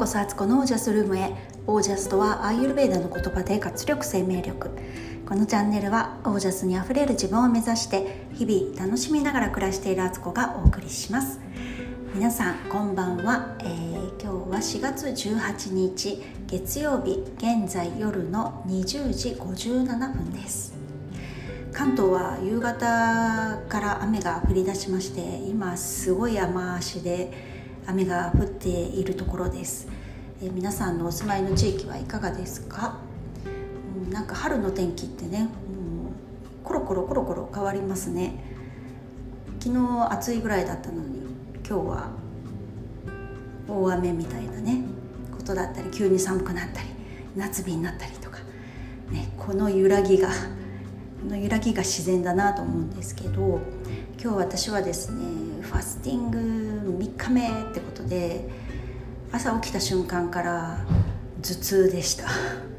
こそアツコのオージャスルームへ。オージャスとはアーユルヴェーダの言葉で活力生命力。このチャンネルはオージャスにあふれる自分を目指して日々楽しみながら暮らしているアツコがお送りします。皆さんこんばんは。今日は4月18日月曜日、現在夜の20時57分です。関東は夕方から雨が降り出しまして、今すごい雨足で雨が降っているところです。皆さんのお住まいの地域はいかがですか？なんか春の天気ってね、コロコロ変わりますね。昨日暑いぐらいだったのに今日は大雨みたいなねことだったり、急に寒くなったり夏日になったりとかね、この揺らぎが自然だなと思うんですけど、今日私はですねファスティング3日目ってことで、朝起きた瞬間から頭痛でした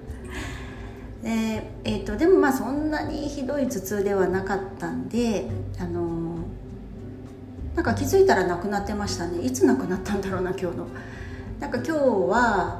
でもそんなにひどい頭痛ではなかったんで、なんか気づいたらなくなってましたね。いつなくなったんだろうな今日の。なんか今日は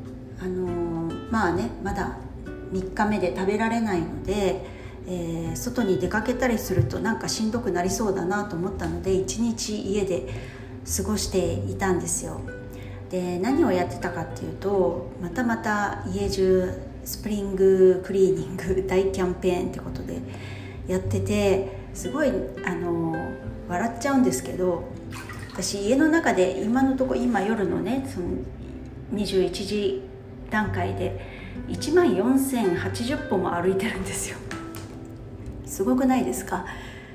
まだ3日目で食べられないので、外に出かけたりするとなんかしんどくなりそうだなと思ったので、1日家で過ごしていたんですよ。で、何をやってたかっていうと、また家中スプリングクリーニング大キャンペーンってことでやってて、すごい笑っちゃうんですけど、私家の中で今夜のねその21時段階で14,080歩も歩いてるんですよ。すごくないですか？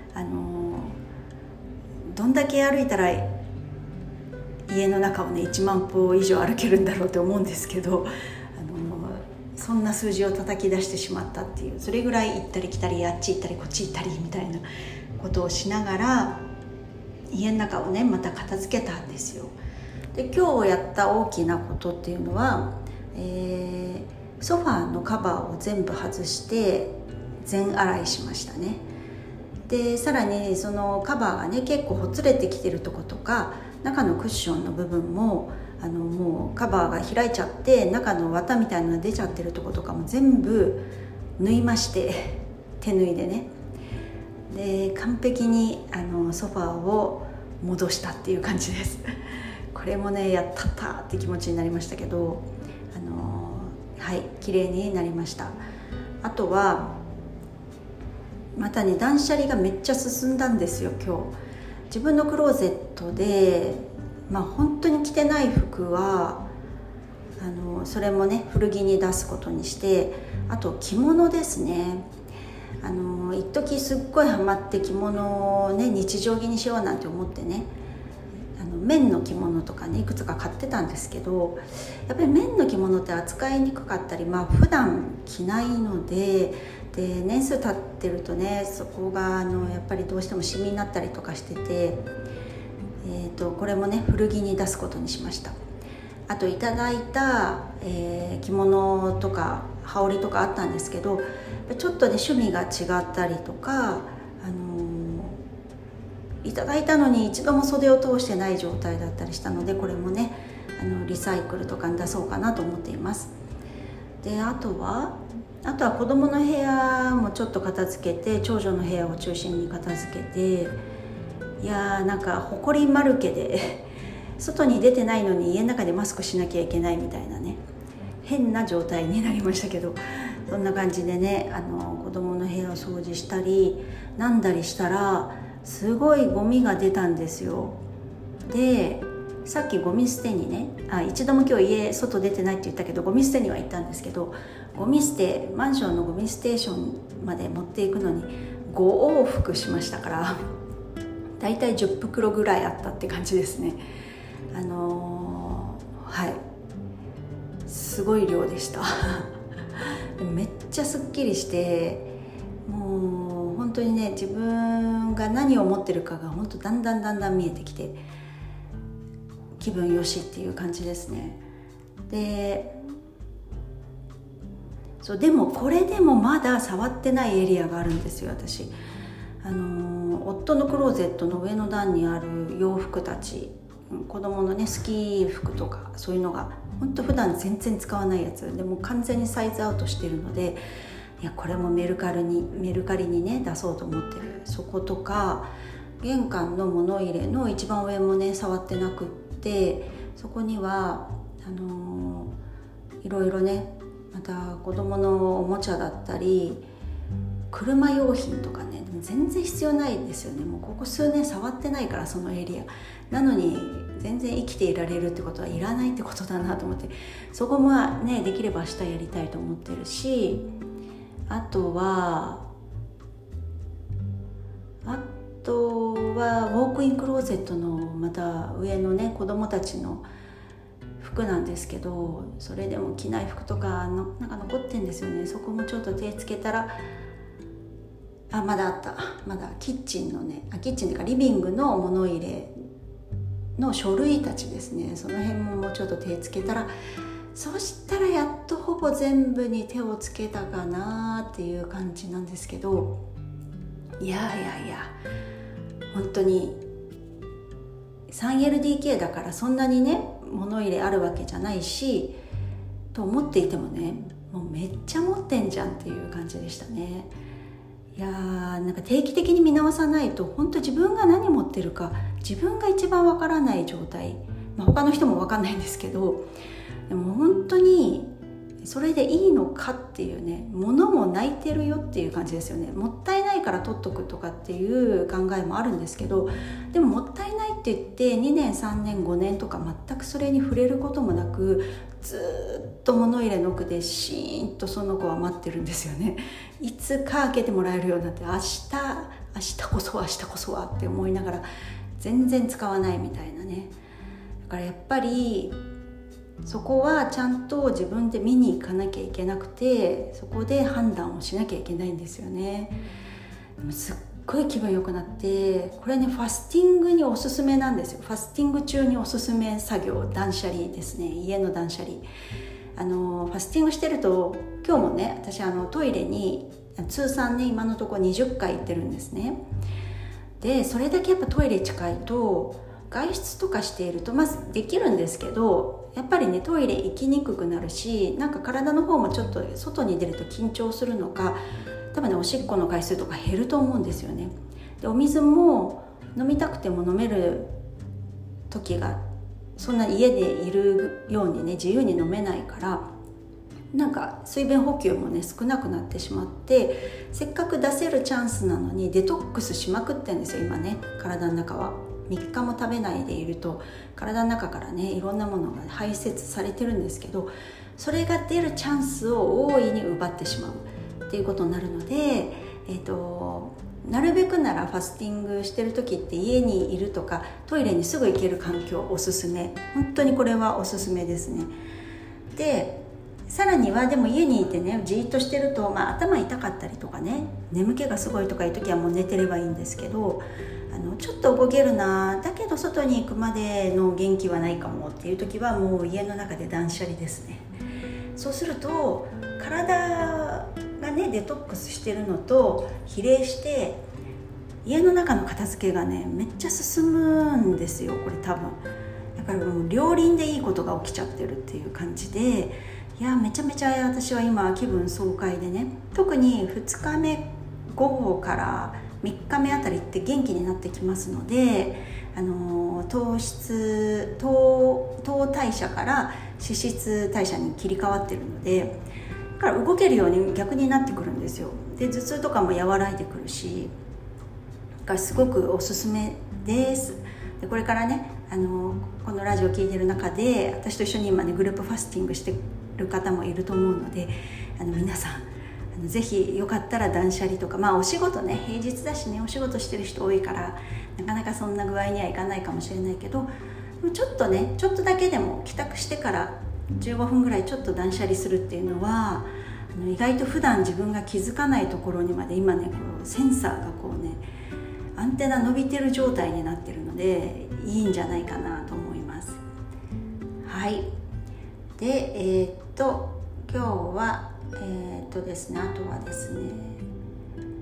どんだけ歩いたら家の中をね1万歩以上歩けるんだろうと思うんですけど、そんな数字を叩き出してしまったっていう、それぐらい行ったり来たり、あっち行ったりこっち行ったりみたいなことをしながら家の中をねまた片付けたんですよ。で、今日やった大きなことっていうのは、ソファーのカバーを全部外して全洗いしましたね。で、さらにそのカバーがね結構ほつれてきてるとことか、中のクッションの部分ももうカバーが開いちゃって中の綿みたいなのが出ちゃってるとことかも全部縫いまして、手縫いでね。で、完璧にソファーを戻したっていう感じですこれもねやったって気持ちになりましたけど、はい綺麗になりました。あとはまたね断捨離がめっちゃ進んだんですよ。今日自分のクローゼットで本当に着てない服はそれもね古着に出すことにして、あと着物ですね。一時すっごいハマって着物をね日常着にしようなんて思ってね、綿の着物とかねいくつか買ってたんですけど、やっぱり綿の着物って扱いにくかったり、普段着ないので年数経ってるとねそこがやっぱりどうしてもシミになったりとかしてて、これもね古着に出すことにしました。あといただいた、着物とか羽織とかあったんですけど、ちょっとね趣味が違ったりとか、いただいたのに一度も袖を通してない状態だったりしたので、これもねリサイクルとかに出そうかなと思っています。で、あとは子供の部屋もちょっと片付けて、長女の部屋を中心に片付けて、いやーなんか埃まるけで外に出てないのに家の中でマスクしなきゃいけないみたいなね変な状態になりましたけど、そんな感じでね子供の部屋を掃除したりなんだりしたらすごいゴミが出たんですよ。で、さっきゴミ捨てにね一度も今日外出てないって言ったけど、ゴミ捨てには行ったんですけど、マンションのゴミステーションまで持っていくのに5往復しましたから、だいたい10袋ぐらいあったって感じですね。はいすごい量でしためっちゃすっきりして、もう本当にね自分が何を持ってるかが本当だんだん見えてきて、気分よしっていう感じですね。でもこれでもまだ触ってないエリアがあるんですよ。私夫のクローゼットの上の段にある洋服たち子供のねスキー服とかそういうのが本当普段全然使わないやつでも完全にサイズアウトしてるので、いやこれもメルカリにね出そうと思ってる。そことか玄関の物入れの一番上もね触ってなくって、そこにはいろいろね、また子供のおもちゃだったり車用品とかね、でも全然必要ないんですよね。もうここ数年触ってないから、そのエリアなのに全然生きていられるってことはいらないってことだなと思って、そこもねできれば明日やりたいと思ってるし、あとはウォークインクローゼットのまた上のね子供たちの服なんですけど、それでも着ない服とかなんか残ってんですよね。そこもちょっと手つけたらまだあった。まだキッチンのねキッチンというかリビングの物入れの書類たちですね、その辺ももうちょっと手つけたら、そしたらやっとほぼ全部に手をつけたかなっていう感じなんですけど、いや本当に 3LDK だからそんなにね物入れあるわけじゃないしと思っていてもね、もうめっちゃ持ってんじゃんっていう感じでしたね。いやなんか定期的に見直さないと本当自分が何持ってるか自分が一番わからない状態、他の人もわかんないんですけど、でも本当にそれでいいのかっていうね、物も泣いてるよっていう感じですよね。もったいないから取っとくとかっていう考えもあるんですけど、でももったいないって言って2年3年5年とか全くそれに触れることもなく、ずっと物入れの奥でシーンとその子は待ってるんですよね。いつか開けてもらえるようになって、明日こそはって思いながら全然使わないみたいなね。だからやっぱりそこはちゃんと自分で見に行かなきゃいけなくて、そこで判断をしなきゃいけないんですよね。でもすっごい気分良くなって、これねファスティングにおすすめなんですよ。ファスティング中におすすめ作業、断捨離ですね。家の断捨離、ファスティングしてると、今日もね私トイレに通算ね今のところ20回行ってるんですね。でそれだけやっぱトイレ近いと外出とかしているとまずできるんですけど、やっぱりねトイレ行きにくくなるし、なんか体の方もちょっと外に出ると緊張するのか、多分ねおしっこの回数とか減ると思うんですよね。でお水も飲みたくても飲める時がそんな家でいるようにね自由に飲めないから、なんか水分補給もね少なくなってしまって、せっかく出せるチャンスなのにデトックスしまくってんですよ今ね。体の中は3日も食べないでいると体の中からねいろんなものが排泄されてるんですけど、それが出るチャンスを大いに奪ってしまうっていうことになるので、なるべくならファスティングしてる時って家にいるとかトイレにすぐ行ける環境おすすめ、本当にこれはおすすめですね。でさらにはでも家にいてねじーっとしてると、頭痛かったりとかね眠気がすごいとかいう時はもう寝てればいいんですけど、ちょっと動けるなだけど外に行くまでの元気はないかもっていう時はもう家の中で断捨離ですね。そうすると体がねデトックスしてるのと比例して家の中の片付けがねめっちゃ進むんですよ、これ多分。だからもう両輪でいいことが起きちゃってるっていう感じで、いやめちゃめちゃ私は今気分爽快でね、特に2日目午後から3日目あたりって元気になってきますので、糖代謝から脂質代謝に切り替わってるので、だから動けるように逆になってくるんですよ。で頭痛とかも和らいでくるし、だからすごくおすすめです。でこれからねこのラジオを聞いてる中で私と一緒に今ねグループファスティングしてる方もいると思うので、皆さんぜひよかったら断捨離とか、お仕事ね平日だしねお仕事してる人多いからなかなかそんな具合にはいかないかもしれないけど、ちょっとだけでも帰宅してから15分ぐらいちょっと断捨離するっていうのは意外と普段自分が気づかないところにまで今ねこうセンサーがこうねアンテナ伸びてる状態になってるのでいいんじゃないかなと思います。はい。で今日はですね、あとはですね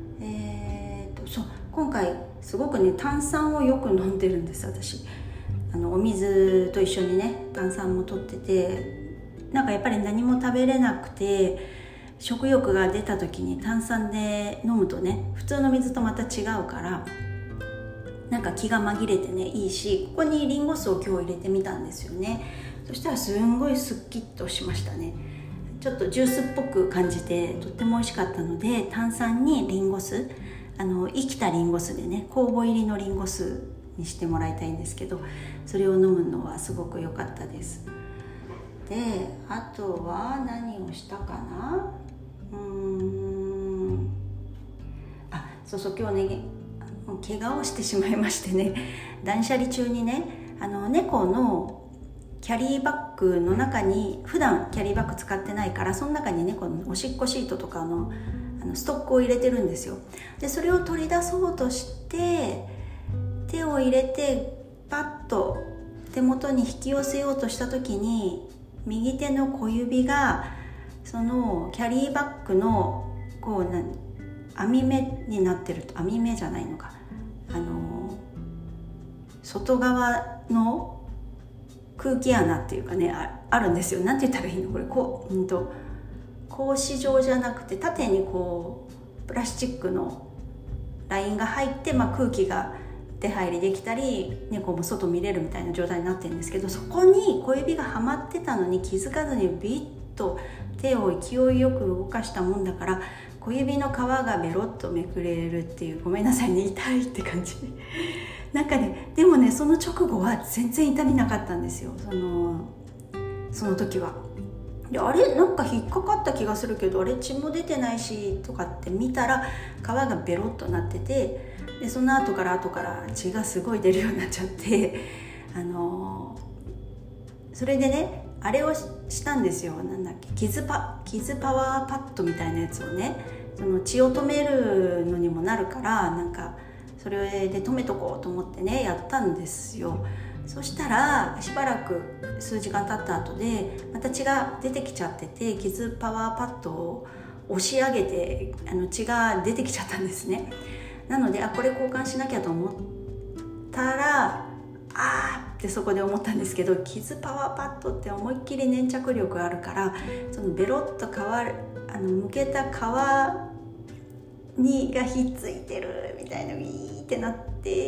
そう今回すごくね炭酸をよく飲んでるんです私。 お水と一緒にね炭酸も取ってて、なんかやっぱり何も食べれなくて食欲が出た時に炭酸で飲むとね、普通の水とまた違うからなんか気が紛れてねいいし、ここにリンゴ酢を今日入れてみたんですよね。そしたらすんごいスッキッとしましたね。ちょっとジュースっぽく感じてとっても美味しかったので、炭酸にリンゴ酢、生きたリンゴ酢でね、酵母入りのリンゴ酢にしてもらいたいんですけど、それを飲むのはすごく良かったです。で、あとは何をしたかな。そう今日ね怪我をしてしまいましてね、断捨離中にね猫のキャリーバッグの中に、普段キャリーバッグ使ってないから、その中に猫のおしっこシートとかのストックを入れてるんですよ。でそれを取り出そうとして手を入れてパッと手元に引き寄せようとした時に、右手の小指がそのキャリーバッグのこう網目になってると、網目じゃないのか、外側の空気穴っていうかね、あるんですよ。なんて言ったらいいのこれ、格子状じゃなくて縦にこうプラスチックのラインが入って、空気が出入りできたり猫も外見れるみたいな状態になってるんですけど、そこに小指がはまってたのに気づかずにビッと手を勢いよく動かしたもんだから、小指の皮がベロッとめくれるっていう、ごめんなさいね、痛いって感じなんかね、でもねその直後は全然痛みなかったんですよ。その時はで、あれなんか引っかかった気がするけど、あれ血も出てないしとかって見たら皮がベロッとなってて、でその後から血がすごい出るようになっちゃってそれでねあれをしたんですよ。なんだっけ、傷パワーパッドみたいなやつをね、その血を止めるのにもなるから、なんかそれで止めとこうと思ってねやったんですよ。そしたらしばらく数時間経った後でまた血が出てきちゃってて、傷パワーパッドを押し上げて血が出てきちゃったんですね。なのでこれ交換しなきゃと思ったらってそこで思ったんですけど、傷パワーパッドって思いっきり粘着力あるから、そのベロッとむけた皮がひっついてるみたいな、ウィーってなって、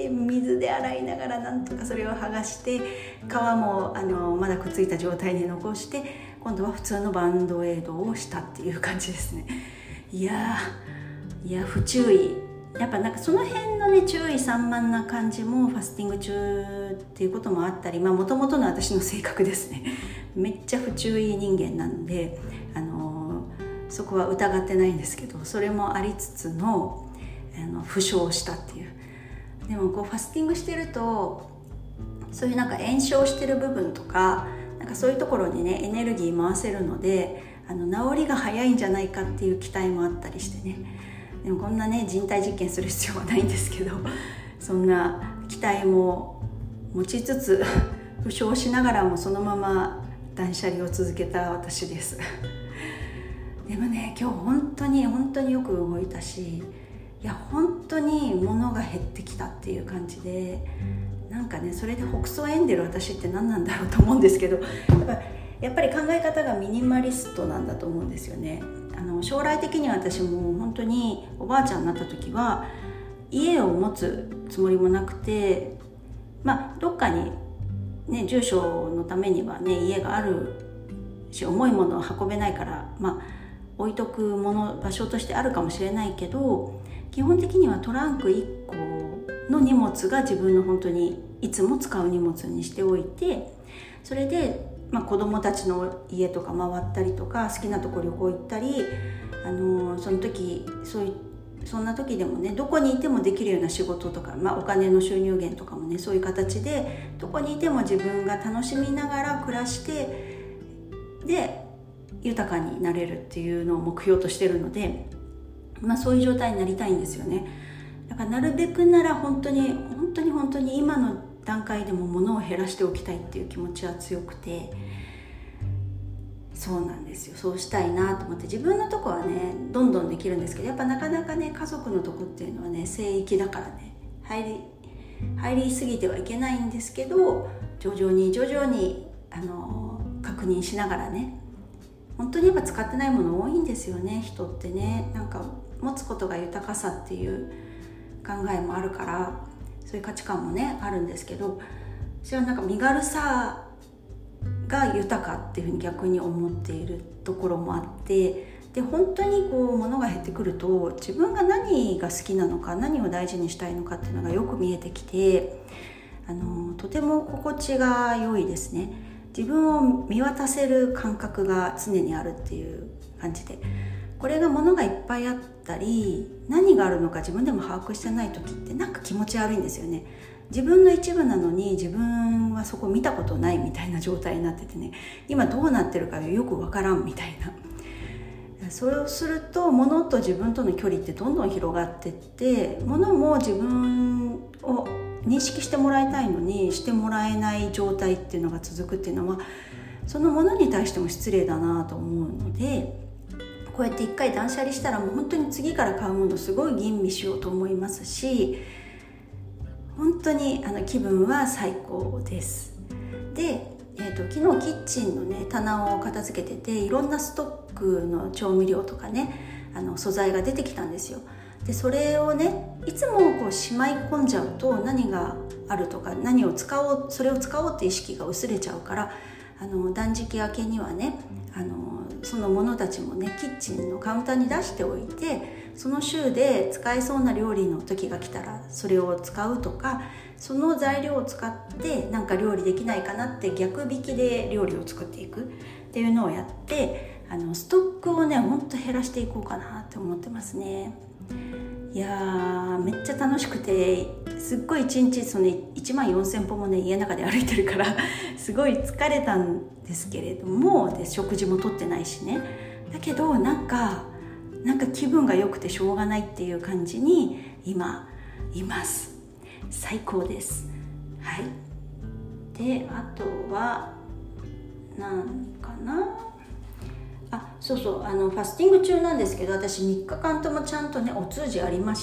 水で洗いながらなんとかそれを剥がして、皮もまだくっついた状態に残して、今度は普通のバンドエイドをしたっていう感じですね。いや不注意、やっぱなんかその辺のね注意散漫な感じもファスティング中っていうこともあったり、もともとの私の性格ですね。めっちゃ不注意人間なんでそこは疑ってないんですけど、それもありつつの負傷したっていう。でもファスティングしてるとそういうなんか炎症してる部分とか、なんかそういうところにねエネルギー回せるので治りが早いんじゃないかっていう期待もあったりしてね。でもこんなね人体実験する必要はないんですけど、そんな期待も持ちつつ負傷しながらもそのまま断捨離を続けた私ですでもね今日本当によく動いたし、本当に物が減ってきたっていう感じで、なんかねそれで北総エンデル私って何なんだろうと思うんですけど、やっぱり考え方がミニマリストなんだと思うんですよね。将来的には私も本当におばあちゃんになった時は家を持つつもりもなくて、どっかにね住所のためにはね家があるし、重いものを運べないから置いとく場所としてあるかもしれないけど、基本的にはトランク1個の荷物が自分の本当にいつも使う荷物にしておいて、それで子供たちの家とか回ったりとか、好きなとこ旅行行ったり、その時そんな時でもねどこにいてもできるような仕事とか、お金の収入源とかもねそういう形でどこにいても自分が楽しみながら暮らして、で豊かになれるっていうのを目標としてるので、そういう状態になりたいんですよね。だからなるべくなら本当に今の段階でも物を減らしておきたいっていう気持ちは強くて、そうなんですよ。そうしたいなと思って、自分のとこはねどんどんできるんですけど、やっぱなかなかね家族のとこっていうのはね聖域だからね入りすぎてはいけないんですけど、 徐々に確認しながらね、本当にやっぱ使ってないもの多いんですよね、人ってね。なんか持つことが豊かさっていう考えもあるから、そういう価値観もねあるんですけど、私はなんか身軽さが豊かっていうふうに逆に思っているところもあって、で本当にこう物が減ってくると、自分が何が好きなのか、何を大事にしたいのかっていうのがよく見えてきて、とても心地が良いですね。自分を見渡せる感覚が常にあるっていう感じで、これが物がいっぱいあったり、何があるのか自分でも把握してない時ってなんか気持ち悪いんですよね。自分の一部なのに自分はそこ見たことないみたいな状態になっててね、今どうなってるかよくわからんみたいな。それをすると物と自分との距離ってどんどん広がってって、物も自分を認識してもらいたいのにしてもらえない状態っていうのが続くっていうのは、そのものに対しても失礼だなと思うので、こうやって一回断捨離したらもう本当に次から買うものすごい吟味しようと思いますし、本当に気分は最高です。で、昨日キッチンのね棚を片付けてて、いろんなストックの調味料とかね素材が出てきたんですよ。でそれをね、いつもこうしまい込んじゃうと、何があるとか何を使おう、それを使おうって意識が薄れちゃうから、断食明けにはねそのものたちもねキッチンのカウンターに出しておいて、その週で使えそうな料理の時が来たらそれを使うとか、その材料を使ってなんか料理できないかなって逆引きで料理を作っていくっていうのをやって、ストックをねほんと減らしていこうかなって思ってますね。いやーめっちゃ楽しくて、すっごい一日その1万4000歩もね家の中で歩いてるからすごい疲れたんですけれども、で食事もとってないしね、だけどなんか気分が良くてしょうがないっていう感じに今います。最高です。はい。であとはなんかな、そうファスティング中なんですけど、私3日間ともちゃんとねお通じありまして、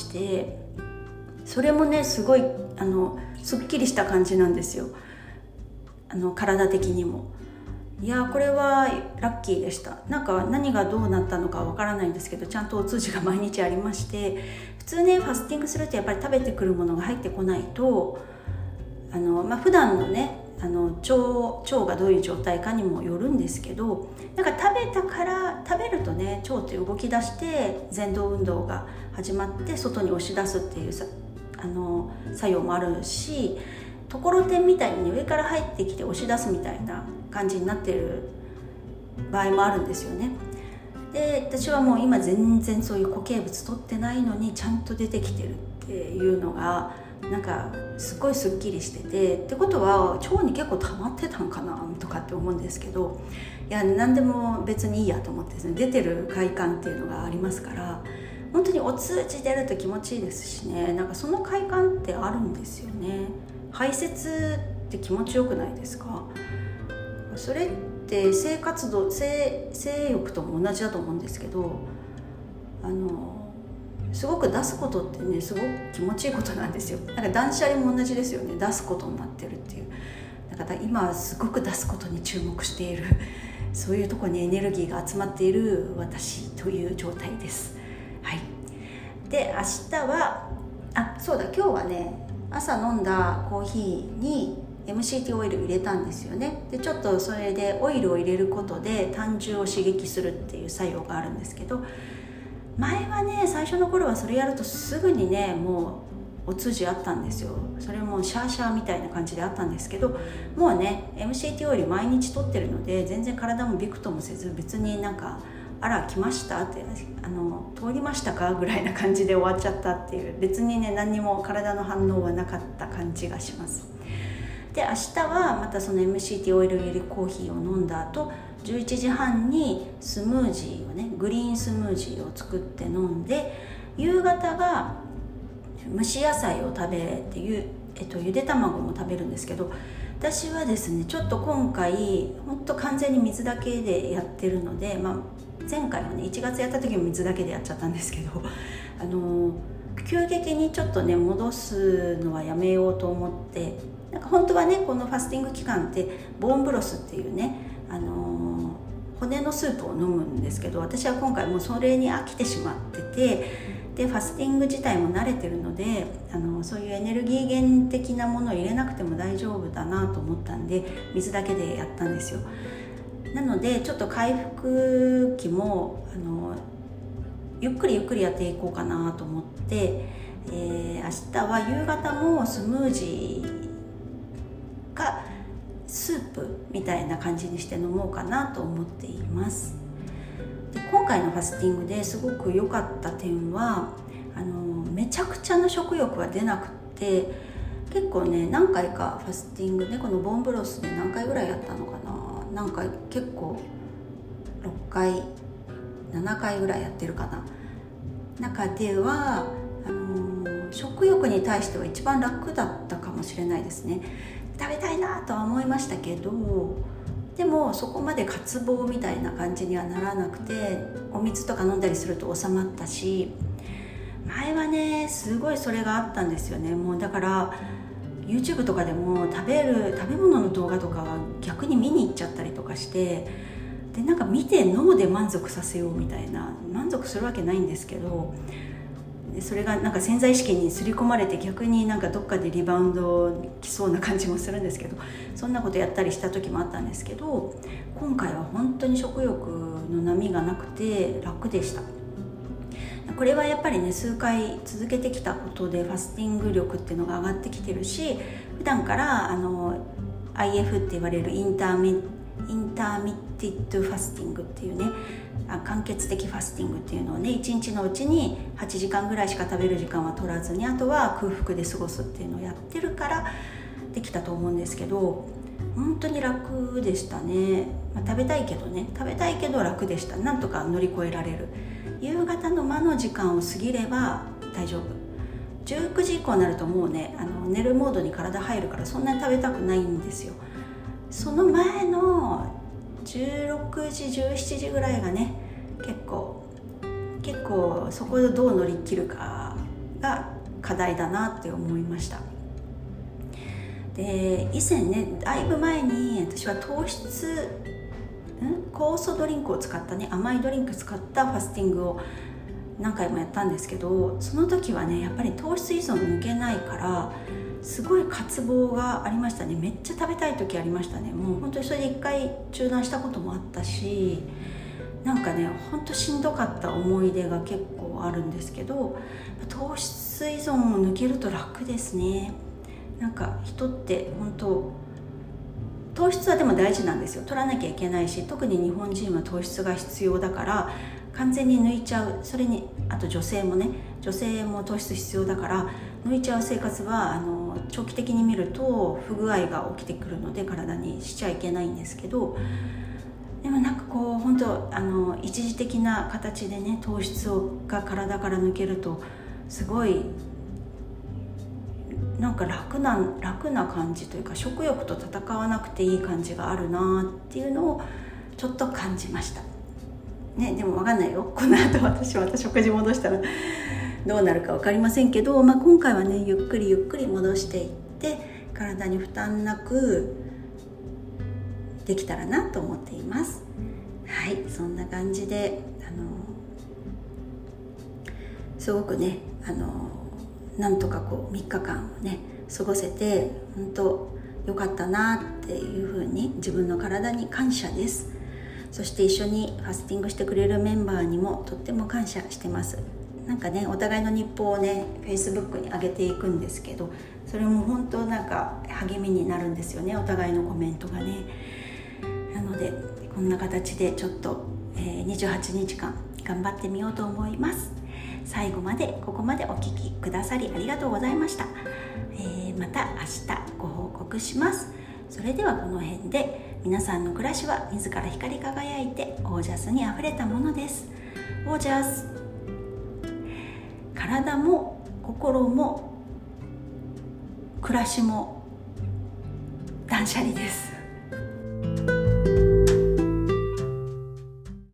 それもねすごいすっきりした感じなんですよ、体的にも。いやこれはラッキーでした。なんか何がどうなったのかわからないんですけど、ちゃんとお通じが毎日ありまして、普通ねファスティングするとやっぱり食べてくるものが入ってこないと普段のね腸がどういう状態かにもよるんですけど、なんか食べるとね腸って動き出して蠕動運動が始まって外に押し出すっていう作用もあるし、ところてんみたいに上から入ってきて押し出すみたいな感じになっている場合もあるんですよね。で私はもう今全然そういう固形物取ってないのにちゃんと出てきてるっていうのがなんかすごいすっきりしてて、ってことは腸に結構溜まってたんかなとかって思うんですけど、いや何でも別にいいやと思ってですね、出てる快感っていうのがありますから、本当にお通じ出ると気持ちいいですしね、なんかその快感ってあるんですよね。排泄って気持ちよくないですか？それって性欲とも同じだと思うんですけど、すごく出すことってねすごく気持ちいいことなんですよ。なんか断捨離も同じですよね、出すことになってるっていう。だから今すごく出すことに注目しているそういうところにエネルギーが集まっている私という状態です。はい。で明日はそうだ、今日はね朝飲んだコーヒーに MCT オイル入れたんですよね。でちょっとそれでオイルを入れることで胆汁を刺激するっていう作用があるんですけど、前はね最初の頃はそれやるとすぐにねもうお通じあったんですよ。それもシャーシャーみたいな感じであったんですけど、もうね MCT オイル毎日取ってるので全然体もびくともせず、別になんかあら来ましたって通りましたかぐらいな感じで終わっちゃったっていう、別にね何にも体の反応はなかった感じがします。で明日はまたその MCT オイル入りコーヒーを飲んだ後、11時半にスムージーをねグリーンスムージーを作って飲んで、夕方が蒸し野菜を食べてゆで卵も食べるんですけど、私はですねちょっと今回本当完全に水だけでやってるので、前回はね1月やった時も水だけでやっちゃったんですけど、急激にちょっとね戻すのはやめようと思って、 なんか本当はねこのファスティング期間ってボーンブロスっていうね、骨のスープを飲むんですけど、私は今回もうそれに飽きてしまってて、でファスティング自体も慣れてるのでそういうエネルギー源的なものを入れなくても大丈夫だなと思ったんで、水だけでやったんですよ。なのでちょっと回復期もゆっくりゆっくりやっていこうかなと思って、明日は夕方もスムージーかスープみたいな感じにして飲もうかなと思っています。で今回のファスティングですごく良かった点はめちゃくちゃな食欲は出なくて、結構ね何回かファスティングね、このボーンブロスで何回ぐらいやったのかな、なんか結構6回7回ぐらいやってるかな。中では食欲に対しては一番楽だったかもしれないですね。食べたいなとは思いましたけど、でもそこまで渇望みたいな感じにはならなくて、お水とか飲んだりすると収まったし、前はねすごいそれがあったんですよね。もうだから YouTube とかでも食べ物の動画とか逆に見に行っちゃったりとかして、でなんか見て脳で満足させようみたいな、満足するわけないんですけど、でそれがなんか潜在意識に刷り込まれて、逆になんかどっかでリバウンドきそうな感じもするんですけど、そんなことやったりした時もあったんですけど、今回は本当に食欲の波がなくて楽でした。これはやっぱりね数回続けてきたことでファスティング力っていうのが上がってきてるし、普段からIF って言われるインターミッティッドファスティングっていうね、間欠的ファスティングっていうのをね、1日のうちに8時間ぐらいしか食べる時間は取らずに、あとは空腹で過ごすっていうのをやってるからできたと思うんですけど、本当に楽でしたね。食べたいけど楽でした。なんとか乗り越えられる。夕方の魔の時間を過ぎれば大丈夫。19時以降になるともうね寝るモードに体入るから、そんなに食べたくないんですよ。その前の16時17時ぐらいがね結構そこでどう乗り切るかが課題だなって思いました。で以前ねだいぶ前に私は酵素ドリンクを使ったね、甘いドリンク使ったファスティングを何回もやったんですけど、その時はねやっぱり糖質依存抜けないからすごい渇望がありましたね。めっちゃ食べたい時ありましたね。もう本当にそれで1回中断したこともあったし、なんかね本当しんどかった思い出が結構あるんですけど、糖質依存を抜けると楽ですね。なんか人って本当糖質はでも大事なんですよ。取らなきゃいけないし、特に日本人は糖質が必要だから完全に抜いちゃう。それにあと女性も糖質必要だから抜いちゃう生活は長期的に見ると不具合が起きてくるので体にしちゃいけないんですけど、でもなんかこう本当一時的な形でね糖質が体から抜けるとすごいなんか楽な感じというか、食欲と戦わなくていい感じがあるなっていうのをちょっと感じましたね。でも分かんないよ、この後私また食事戻したらどうなるか分かりませんけど、今回はねゆっくり戻していって体に負担なくできたらなと思っています。はい、そんな感じですごくねなんとかこう3日間をね過ごせて本当良かったなっていうふうに自分の体に感謝です。そして一緒にファスティングしてくれるメンバーにもとっても感謝してます。なんかねお互いの日報をね Facebook に上げていくんですけど、それも本当なんか励みになるんですよね、お互いのコメントがね。なのでこんな形でちょっと、28日間頑張ってみようと思います。最後までここまでお聞きくださりありがとうございました。また明日ご報告します。それではこの辺で、皆さんの暮らしは自ら光り輝いてオージャスにあふれたものです。オージャス、体も心も暮らしも断捨離です。